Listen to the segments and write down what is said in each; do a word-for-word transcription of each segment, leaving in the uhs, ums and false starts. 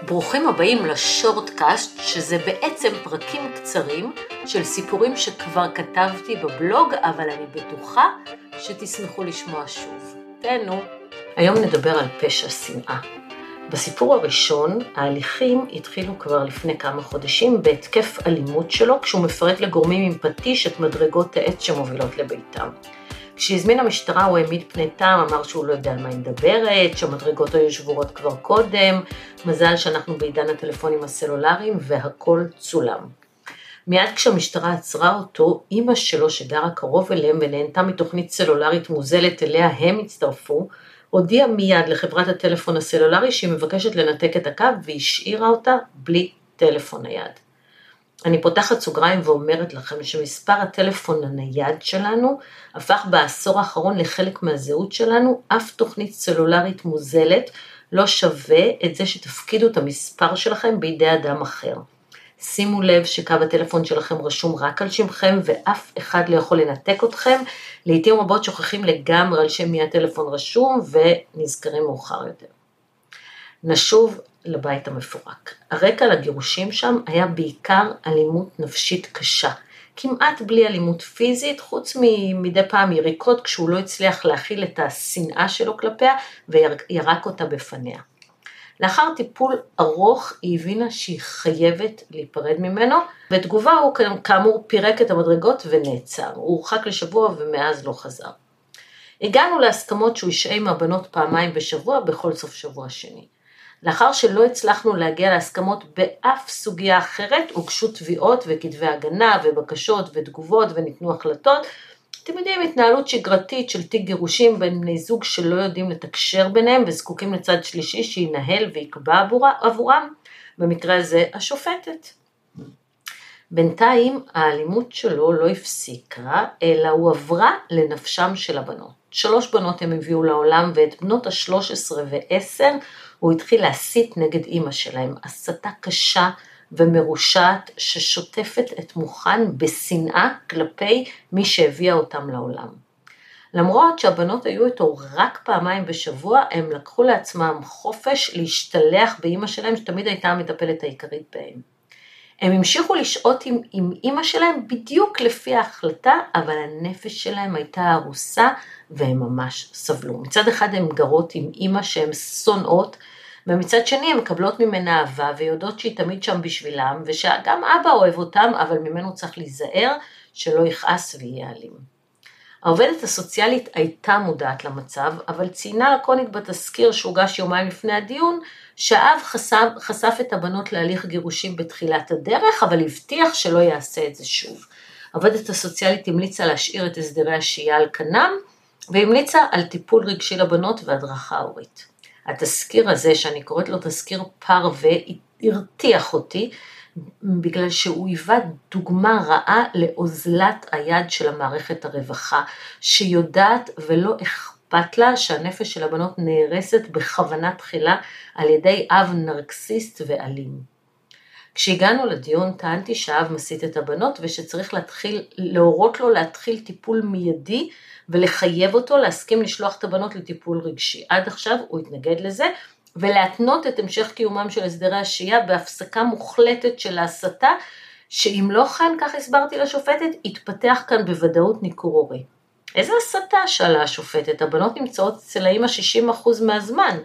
ברוכים הבאים לשורטקאסט, שזה בעצם פרקים קצרים של סיפורים שכבר כתבתי בבלוג, אבל אני בטוחה שתשמחו לשמוע שוב. תהנו. היום נדבר על פשע שנאה. בסיפור הראשון, ההליכים התחילו כבר לפני כמה חודשים בהתקף אלימות שלו, כשהוא מפרק לגורמים עם פטיש את מדרגות העץ שמובילות לביתם. כשהזמין המשטרה הוא העמיד פני טעם, אמר שהוא לא יודע על מה היא מדברת, שהמדרגות היו שבורות כבר קודם, מזל שאנחנו בעידן הטלפונים הסלולריים והכל צולם. מיד כשהמשטרה עצרה אותו, אמא שלו שגרה קרוב אליהם ונהנתה מתוכנית סלולרית מוזלת אליה הם הצטרפו, הודיעה מיד לחברת הטלפון הסלולרי שהיא מבקשת לנתק את הקו והשאירה אותה בלי טלפון נייד. אני פותחת סוגריים ואומרת לכם שמספר הטלפון הנייד שלנו הפך בעשור האחרון לחלק מהזהות שלנו, אף תוכנית סלולרית מוזלת לא שווה את זה שתפקידו את המספר שלכם בידי אדם אחר. שימו לב שקו הטלפון שלכם רשום רק על שמכם ואף אחד לא יכול לנתק אתכם, לעתים רבות שוכחים לגמרי על שם מי הטלפון רשום ונזכרים מאוחר יותר. נשוב לבית המפורק. הרקע לגירושים שם היה בעיקר אלימות נפשית קשה, כמעט בלי אלימות פיזית, חוץ מדי פעם יריקות כשהוא לא הצליח להכיל את השנאה שלו כלפיה וירק אותה בפניה. לאחר טיפול ארוך היא הבינה שהיא חייבת להיפרד ממנו, בתגובה הוא כאמור פירק את המדרגות ונעצר, הוא הורחק לשבוע ומאז לא חזר. הגענו להסכמות שהוא ישעה עם הבנות פעמיים בשבוע בכל סוף שבוע שני. לאחר שלא הצלחנו להגיע להסכמות באף סוגיה אחרת, הוגשו תביעות וכתבי הגנה ובקשות ותגובות וניתנו החלטות. אתם יודעים, התנהלות שגרתית של תיק גירושים בין בני זוג שלא יודעים לתקשר ביניהם וזקוקים לצד שלישי שינהל ויקבע עבורם, במקרה הזה השופטת. בינתיים האלימות שלו לא הפסיקה, אלא הוא עברה לנפשם של הבנות. שלוש בנות הם הביאו לעולם, ואת בנות ה-שלוש עשרה ו-עשר הוא התחיל להסית נגד אמא שלהם, הסתה קשה ומרושעת ששוטפת את מוחן בשנאה כלפי מי שהביאה אותם לעולם. למרות שהבנות היו איתו רק פעמיים בשבוע, הם לקחו לעצמם חופש להשתלח באמא שלהם, שתמיד הייתה המטפלת העיקרית בהם. הם המשיכו לשעות עם, עם אמא שלהם בדיוק לפי ההחלטה, אבל הנפש שלהם הייתה הרוסה והם ממש סבלו. מצד אחד הם גרות עם אמא שהן שונאות, ומצד שני הם מקבלות ממנה אהבה ויודעות שהיא תמיד שם בשבילם, ושגם אבא אוהב אותם, אבל ממנו צריך להיזהר שלא יכעס ויהיה אלים. העובדת הסוציאלית הייתה מודעת למצב, אבל ציינה לקונית בתזכיר שהוגש יומיים לפני הדיון, שהאב חשף, חשף את הבנות להליך גירושים בתחילת הדרך, אבל הבטיח שלא יעשה את זה שוב. העובדת הסוציאלית המליצה להשאיר את הסדרי השהייה על כנם, והמליצה על טיפול רגשי לבנות והדרכה הורית. התזכיר הזה, שאני קוראת לו תזכיר פרווה, הרתיח אותי, בגלל שהוא היווה דוגמה רעה לאוזלת היד של המערכת הרווחה, שיודעת ולא אכפת לה שהנפש של הבנות נהרסת בכוונה תחילה על ידי אב נרקסיסט ואלים. כשהגענו לדיון טענתי שהאב מסית את הבנות ושצריך להתחיל, להורות לו להתחיל טיפול מיידי ולחייב אותו להסכים לשלוח את הבנות לטיפול רגשי. עד עכשיו הוא התנגד לזה, ולהתנות את המשך קיומם של הסדרי השהייה בהפסקה מוחלטת של ההסתה, שאם לא כן, כך הסברתי לשופטת, התפתח כאן בוודאות ניכור הורי. איזה הסתה? שאלה השופטת, הבנות נמצאות אצל האמא שישים אחוז מהזמן.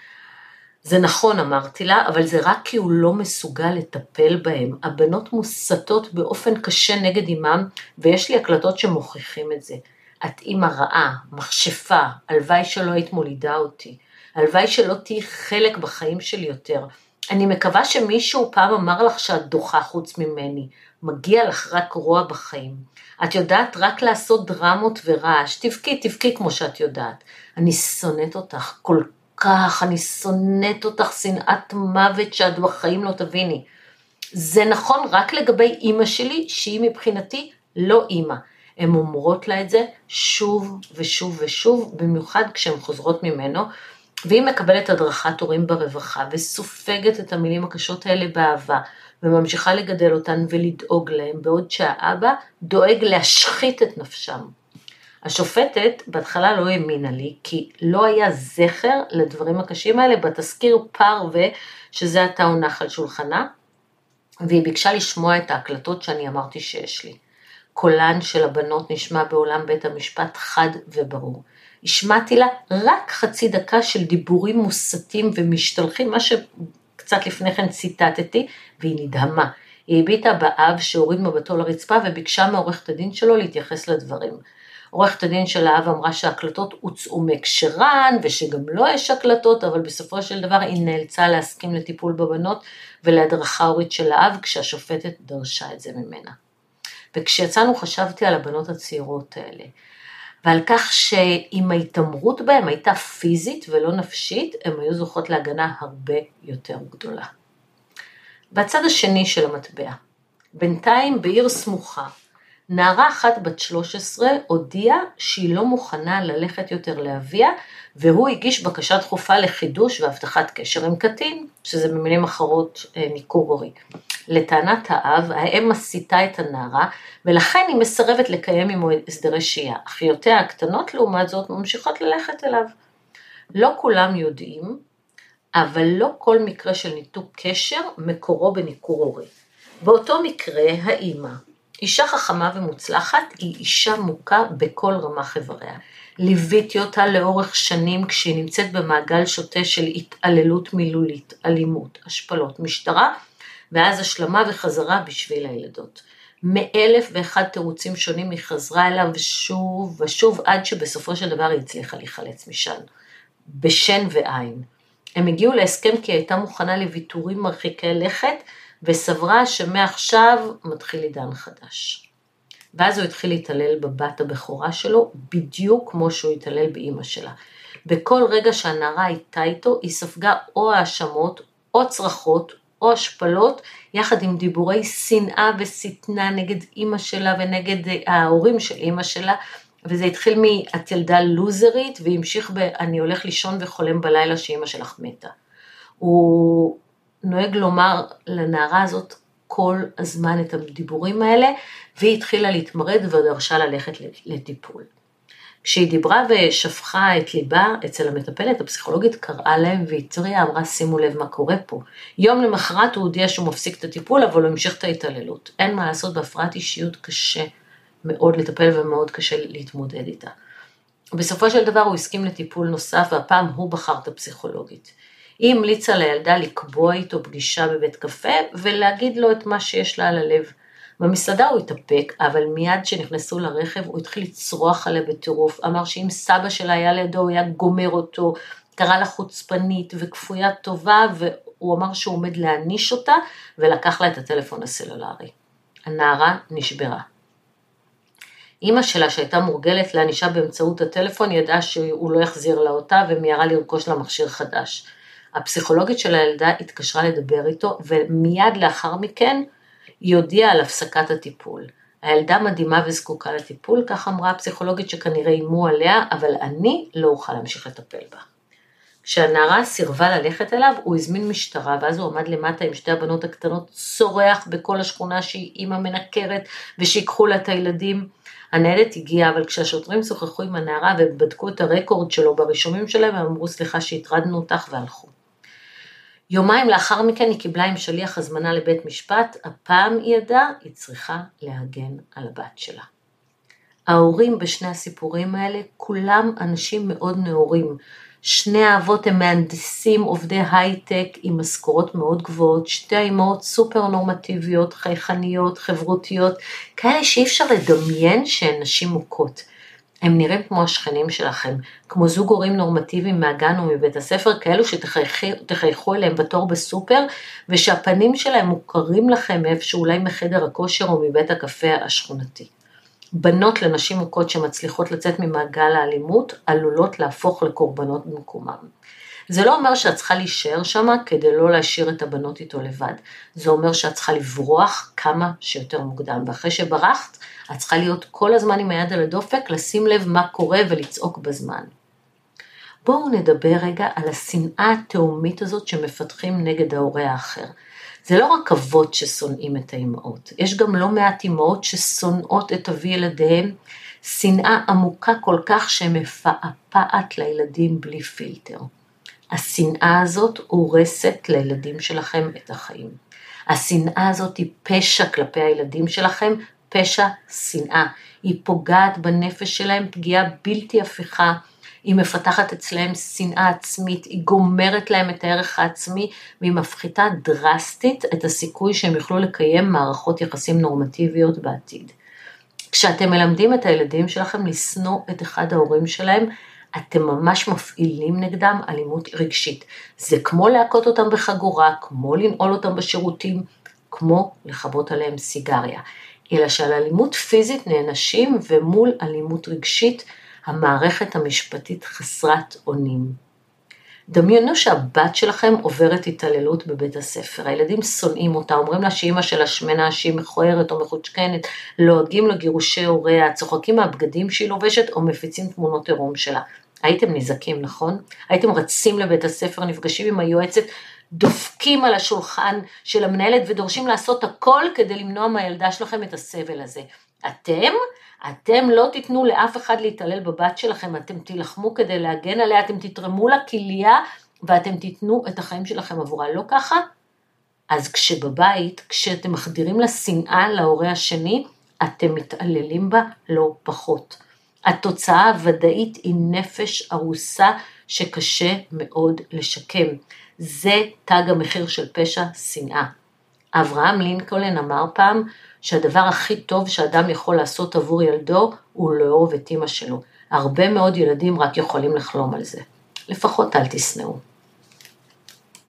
זה נכון, אמרתי לה, אבל זה רק כי הוא לא מסוגל לטפל בהם. הבנות מוסתות באופן קשה נגד אמם, ויש לי הקלטות שמוכיחים את זה. את אמא רעה, מכשפה, הלוואי שלא היית מולידה אותי. הלוואי שלא תהי חלק בחיים שלי יותר. אני מקווה שמישהו פעם אמר לך שאת דוחה חוץ ממני. מגיע לך רק רוע בחיים. את יודעת רק לעשות דרמות ורעש. תבכי, תבכי כמו שאת יודעת. אני שונאת אותך כל כך, אני שונאת אותך שנאת מוות שאת בחיים לא תביני. זה נכון רק לגבי אמא שלי, שהיא מבחינתי לא אמא. הן אומרות לה את זה שוב ושוב ושוב, במיוחד כשהן חוזרות ממנו, והיא מקבלת הדרכת הורים ברווחה, וסופגת את המילים הקשות האלה באהבה, וממשיכה לגדל אותן ולדאוג להם, בעוד שהאבא דואג להשחית את נפשם. השופטת בהתחלה לא האמינה לי, כי לא היה זכר לדברים הקשים האלה בתזכיר פרווה, שזה עתה הונח על שולחנה, והיא ביקשה לשמוע את ההקלטות שאני אמרתי שיש לי. קולן של הבנות נשמע בעולם בית המשפט חד וברור. השמעתי לה רק חצי דקה של דיבורים מוסתים ומשתלחים, מה שקצת לפני כן ציטטתי, והיא נדהמה. היא הביטה באב שהוריד מבטו לרצפה וביקשה מעורכת הדין שלו להתייחס לדברים. עורכת הדין של האב אמרה שההקלטות הוצאו מהקשרן ושגם לא יש הקלטות, אבל בסופו של דבר היא נאלצה להסכים לטיפול בבנות ולהדרכה הורית של האב כשהשופטת דרשה את זה ממנה. וכשיצאנו חשבתי על הבנות הצעירות האלה, ועל כך שאם ההתאמרות בהם הייתה פיזית ולא נפשית, הן היו זוכות להגנה הרבה יותר גדולה. בצד השני של המטבע, בינתיים בעיר סמוכה, נערה אחת בת שלוש עשרה הודיעה שהיא לא מוכנה ללכת יותר לאביה, והוא הגיש בקשה דחופה לחידוש והבטחת קשר עם קטין, שזה במילים אחרות ניכור הורי. לטענת האב, האם מסיתה את הנערה, ולכן היא מסרבת לקיים עמו הסדרי שהייה. אחיותיה הקטנות לעומת זאת ממשיכות ללכת אליו. לא כולם יודעים, אבל לא כל מקרה של ניתוק קשר מקורו בניכור הורי. באותו מקרה, האמא, אישה חכמה ומוצלחת, היא אישה מוכה בכל רמה חבריה. ליוויתי אותה לאורך שנים כשהיא נמצאת במעגל שוטה של התעללות מילולית, אלימות, השפלות, משטרה, ואז השלמה וחזרה בשביל הילדות. מאלף ואחד תירוצים שונים היא חזרה אליו ושוב ושוב, עד שבסופו של דבר היא הצליחה להיחלץ משם, בשן ועין. הם הגיעו להסכם כי הייתה מוכנה לוויתורים מרחיקי לכת, וסברה שמעכשיו מתחיל עידן חדש. ואז הוא התחיל להתעלל בבת הבכורה שלו, בדיוק כמו שהוא התעלל באמא שלה. בכל רגע שהנערה הייתה איתו, היא ספגה או האשמות, או צרחות, או השפלות, יחד עם דיבורי שנאה ושטנה נגד אמא שלה ונגד ההורים של אמא שלה, וזה התחיל מ"את ילדה לוזרית", והמשיך ב "אני הולך לישון וחולם בלילה שאמא שלך מתה". הוא נוהג לומר לנערה הזאת כל הזמן את הדיבורים האלה, והיא התחילה להתמרד ודרשה ללכת לטיפול. כשהיא דיברה ושפכה את ליבה אצל המטפלת, הפסיכולוגית קראה להם והתריעה, אמרה שימו לב מה קורה פה. יום למחרת הוא הודיע שהוא מפסיק את הטיפול, אבל הוא המשיך את ההתעללות. אין מה לעשות, בהפרעת אישיות קשה מאוד לטפל ומאוד קשה להתמודד איתה. בסופו של דבר הוא הסכים לטיפול נוסף, והפעם הוא בחר את הפסיכולוגית. היא המליצה לילדה לקבוע איתו פגישה בבית קפה, ולהגיד לו את מה שיש לה על הלב. במסעדה הוא התאפק, אבל מיד שנכנסו לרכב הוא התחיל לצרוח עליה בטירוף, אמר שאם סבא שלה היה לידו הוא היה גומר אותו, קרא לה חוצפנית וכפוית טובה, והוא אמר שהוא עומד להניש אותה, ולקח לה את הטלפון הסלולרי. הנערה נשברה. אמא שלה שהייתה מורגלת להנישה באמצעות הטלפון, ידעה שהוא לא יחזיר לה אותה, ומיהרה לרכוש לה מכשיר חדש. הפסיכולוגית של הילדה התקשרה לדבר איתו, ומיד לאחר מכן היא הודיעה על הפסקת הטיפול. הילדה מדהימה וזקוקה לטיפול, כך אמרה הפסיכולוגית שכנראה אימו עליה, אבל אני לא אוכל להמשיך לטפל בה. כשהנערה סירבה ללכת אליו, הוא הזמין משטרה, ואז הוא עמד למטה עם שתי הבנות הקטנות, צורח בכל השכונה שהיא אימא מנקרת, ושיקחו לה את הילדים. הניידת הגיעה, אבל כשהשוטרים שוחחו עם הנערה, ובדקו את הרקורד שלו ברישומים שלהם, הם אמרו סליחה שהטרדנו אותך והלכו. יומיים לאחר מכן היא קיבלה עם שליח הזמנה לבית משפט, הפעם היא ידעה, היא צריכה להגן על הבת שלה. ההורים בשני הסיפורים האלה, כולם אנשים מאוד נאורים. שני האבות הם מהנדסים, עובדי הייטק עם משכורות מאוד גבוהות, שתי האימהות סופר נורמטיביות, חייכניות, חברותיות, כאלה שאי אפשר לדמיין שהן נשים מוכות. הם נראים כמו השכנים שלכם, כמו זוג הורים נורמטיביים מהגן ומבית הספר, כאלו שתחייכו אליהם בתור בסופר, ושהפנים שלהם מוכרים לכם מאיפשהו אולי מחדר הכושר או מבית הקפה השכונתי. בנות לנשים מוכות שמצליחות לצאת ממעגל האלימות, עלולות להפוך לקורבנות במקומם. זה לא אומר שאת צריכה להישאר שמה כדי לא להשאיר את הבנות איתו לבד. זה אומר שאת צריכה לברוח כמה שיותר מוקדם. ואחרי שברחת, את צריכה להיות כל הזמן עם היד על הדופק, לשים לב מה קורה ולצעוק בזמן. בואו נדבר רגע על השנאה התאומית הזאת שמפתחים נגד ההורה האחר. זה לא רק אבות ששונאים את האימהות, יש גם לא מעט אימהות ששונאות את אבי ילדיהם, שנאה עמוקה כל כך שמפעפעת לילדים בלי פילטר. השנאה הזאת הורסת לילדים שלכם את החיים. השנאה הזאת היא פשע כלפי הילדים שלכם, פשע שנאה. היא פוגעת בנפש שלהם פגיעה בלתי הפיכה, היא מפתחת אצלהם שנאה עצמית, היא גומרת להם את הערך העצמי, והיא מפחיתה דרסטית את הסיכוי שהם יוכלו לקיים מערכות יחסים נורמטיביות בעתיד. כשאתם מלמדים את הילדים שלכם לשנוא את אחד ההורים שלהם, אתם ממש מפעילים נגדם אלימות רגשית. זה כמו להכות אותם בחגורה, כמו לנעול אותם בשירותים, כמו לכבות עליהם סיגריה. אלא שעל אלימות פיזית נענשים, ומול אלימות רגשית, המערכת המשפטית חסרת אונים. דמיינו שהבת שלכם עוברת התעללות בבית הספר. הילדים שונאים אותה, אומרים לה שאמא שלה שמנה, שהיא מכוערת או מחוצ'קנת, לועגים לגירושי הוריה, צוחקים מהבגדים שהיא לובשת או מפיצים תמונות עירום שלה. הייתם נזקים, נכון? הייתם רצים לבית הספר, נפגשים עם היועצת, דופקים על השולחן של המנהלת ודורשים לעשות הכל כדי למנוע מהילדה שלכם את הסבל הזה. אתם, אתם לא תיתנו לאף אחד להתעלל בבת שלכם, אתם תילחמו כדי להגן עליה, אתם תתרמו לה כליה ואתם תיתנו את החיים שלכם עבורה, לא ככה? אז כשבבית, כשאתם מחדירים לה שנאה להורה השני, אתם מתעללים בה לא פחות. התוצאה הוודאית היא נפש ארוסה שקשה מאוד לשקם. זה תג המחיר של פשע שנאה. אברהם לינקולן אמר פעם שהדבר הכי טוב שאדם יכול לעשות עבור ילדו הוא לאהוב את אמא שלו. הרבה מאוד ילדים רק יכולים לחלום על זה. לפחות אל תשנאו.